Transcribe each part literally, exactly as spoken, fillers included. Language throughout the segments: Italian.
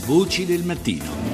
Voci del mattino.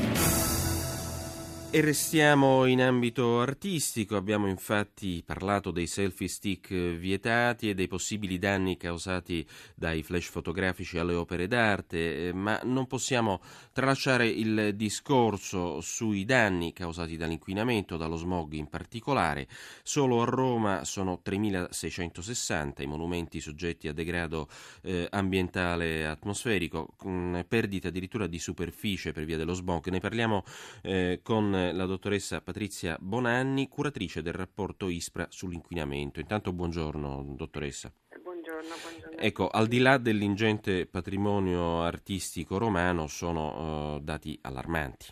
E restiamo in ambito artistico. Abbiamo infatti parlato dei selfie stick vietati e dei possibili danni causati dai flash fotografici alle opere d'arte, ma non possiamo tralasciare il discorso sui danni causati dall'inquinamento, dallo smog in particolare. Solo a Roma sono tremilaseicentosessanta i monumenti soggetti a degrado eh, ambientale atmosferico, con perdita addirittura di superficie per via dello smog. Ne parliamo eh, con la dottoressa Patrizia Bonanni, curatrice del rapporto ISPRA sull'inquinamento. Intanto buongiorno, dottoressa. Buongiorno, buongiorno. Ecco, al di là dell'ingente patrimonio artistico romano, sono uh, dati allarmanti.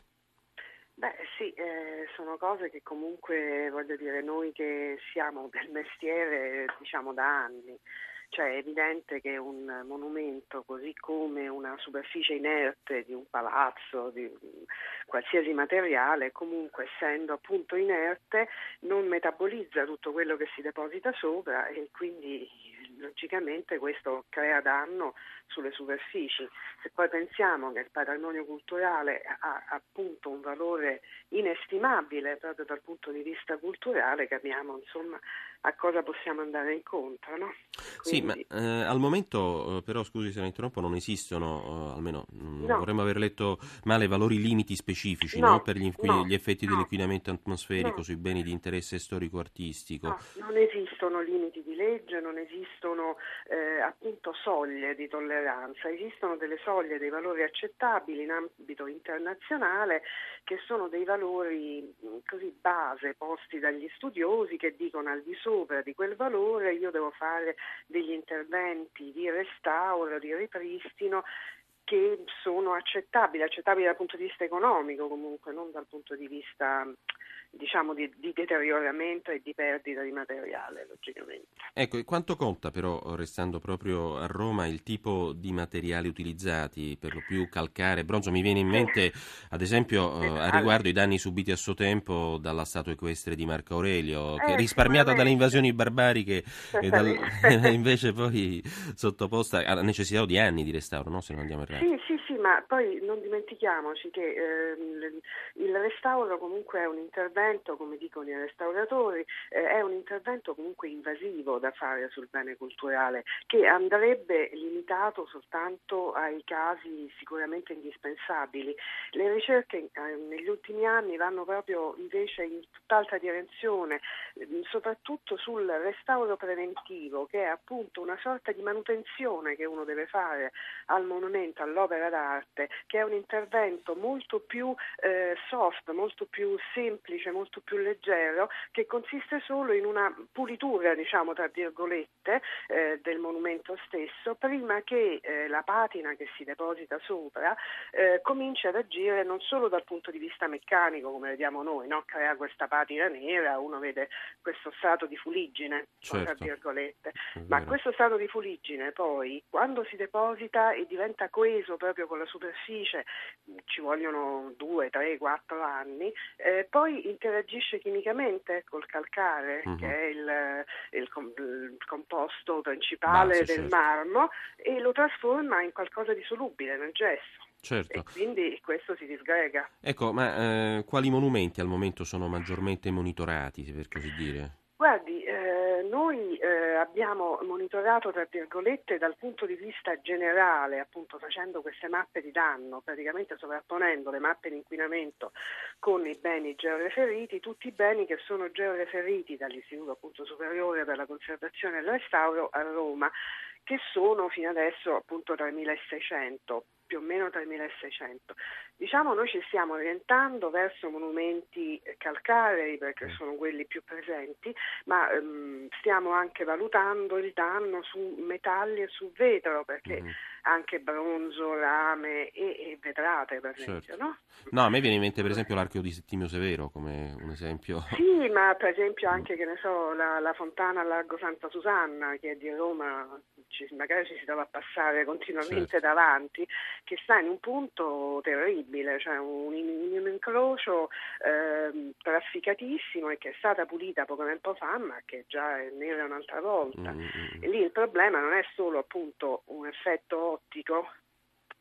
Beh sì, eh, sono cose che comunque, voglio dire, noi che siamo del mestiere diciamo da anni. Cioè è evidente che un monumento, così come una superficie inerte di un palazzo, di qualsiasi materiale, comunque essendo appunto inerte, non metabolizza tutto quello che si deposita sopra e quindi logicamente questo crea danno sulle superfici. Se poi pensiamo che il patrimonio culturale ha appunto un valore inestimabile proprio dal punto di vista culturale, capiamo insomma a cosa possiamo andare incontro, no? Quindi... Sì, ma eh, al momento, eh, però scusi se la interrompo, non esistono, eh, almeno non no. vorremmo aver letto male, valori limiti specifici no, no? per gli, inqui- no, gli effetti no, dell'inquinamento atmosferico no. sui beni di interesse storico-artistico. No, non esistono limiti di legge, non esistono eh, appunto soglie di tolleranza, esistono delle soglie, dei valori accettabili in ambito internazionale che sono dei valori così base posti dagli studiosi che dicono al di sopra di quel valore io devo fare degli interventi di restauro, di ripristino che sono accettabili, accettabili dal punto di vista economico comunque, non dal punto di vista diciamo di, di deterioramento e di perdita di materiale, logicamente. Ecco, e quanto conta però, restando proprio a Roma, il tipo di materiali utilizzati, per lo più calcare, bronzo? Mi viene in mente, ad esempio, eh, a riguardo i danni subiti a suo tempo dalla statua equestre di Marco Aurelio, che Eh, risparmiata dalle invasioni barbariche e dal, invece poi sottoposta alla necessità di anni di restauro, no? Se non andiamo errati. Sì, sì, sì, ma poi non dimentichiamoci che eh, il restauro comunque è un intervento, come dicono i restauratori, eh, è un intervento comunque invasivo da fare sul bene culturale, che andrebbe limitato soltanto ai casi sicuramente indispensabili. Le ricerche eh, negli ultimi anni vanno proprio invece in tutt'altra direzione, eh, soprattutto sul restauro preventivo, che è appunto una sorta di manutenzione che uno deve fare al monumento, all'opera d'arte, che è un intervento molto più eh, soft, molto più semplice, molto più leggero, che consiste solo in una pulitura, diciamo tra virgolette, eh, del monumento stesso, prima che eh, la patina che si deposita sopra eh, cominci ad agire non solo dal punto di vista meccanico, come vediamo noi, no? Crea questa patina nera, uno vede questo strato di fuliggine, Certo. tra virgolette, ma questo strato di fuliggine poi, quando si deposita e diventa coeso proprio con la superficie, ci vogliono due, tre, quattro anni, eh, poi interagisce chimicamente col calcare, uh-huh. che è il, il, il composto principale Base, del certo. marmo, e lo trasforma in qualcosa di solubile nel gesso. Certo. E quindi questo si disgrega. Ecco, ma eh, quali monumenti al momento sono maggiormente monitorati, per così dire? Guardi, eh, noi eh, abbiamo monitorato, tra virgolette, dal punto di vista generale, appunto facendo queste mappe di danno, praticamente sovrapponendo le mappe di inquinamento con i beni georeferiti, tutti i beni che sono georeferiti dall'Istituto appunto Superiore per la Conservazione e il Restauro a Roma, che sono fino adesso appunto tremilaseicento, più o meno tremilaseicento. Diciamo noi ci stiamo orientando verso monumenti calcarei perché sono quelli più presenti, ma ehm, stiamo anche valutando il danno su metalli e su vetro, perché mm-hmm. anche bronzo, rame e, e vetrate per esempio, certo. no? No, a me viene in mente per esempio l'archeo di Settimio Severo come un esempio. Sì, ma per esempio anche, che ne so, la, la fontana al largo Santa Susanna, che è di Roma, ci, magari ci si trova a passare continuamente certo. davanti, che sta in un punto terribile, cioè un, un incrocio eh, trafficatissimo e che è stata pulita poco tempo fa, ma che già è nera un'altra volta. Mm-hmm. E lì il problema non è solo appunto un effetto ottico,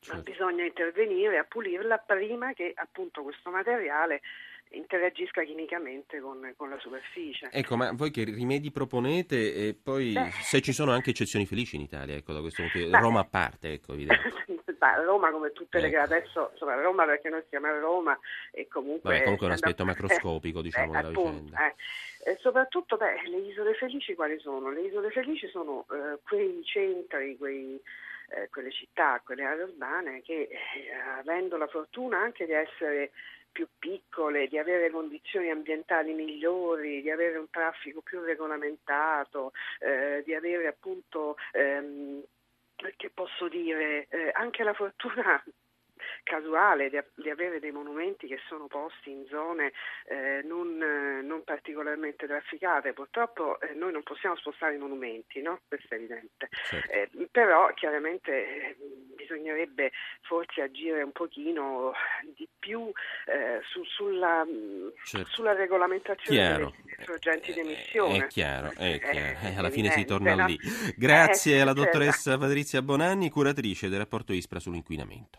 Certo. Bisogna intervenire a pulirla prima che appunto questo materiale interagisca chimicamente con, con la superficie. Ecco, ma voi che rimedi proponete e poi Beh, se ci sono anche eccezioni felici in Italia, ecco, da questo punto di vista, beh, Roma a parte, ecco, evidente. Beh, Roma come tutte le Ecco. grandi, adesso insomma Roma perché noi siamo a Roma e comunque... Vabbè, comunque è un aspetto eh, macroscopico, diciamo, eh, della appunto, vicenda. eh. E soprattutto, beh, le isole felici quali sono? Le isole felici sono eh, quei centri, quei, eh, quelle città, quelle aree urbane che eh, avendo la fortuna anche di essere più piccole, di avere condizioni ambientali migliori, di avere un traffico più regolamentato, eh, di avere appunto, ehm, che posso dire, eh, anche la fortuna casuale di, di avere dei monumenti che sono posti in zone eh, non, eh, non particolarmente trafficate. Purtroppo eh, noi non possiamo spostare i monumenti, no? Questo è evidente. Certo. Eh, però chiaramente eh, bisognerebbe forse agire un pochino di più eh, su, sulla, Certo. sulla regolamentazione Chiaro. delle sorgenti di È emissione. chiaro, è chiaro. È Eh, alla fine si evidente, torna no? lì. Grazie Eh, alla certo. dottoressa Patrizia Bonanni, curatrice del rapporto ISPRA sull'inquinamento.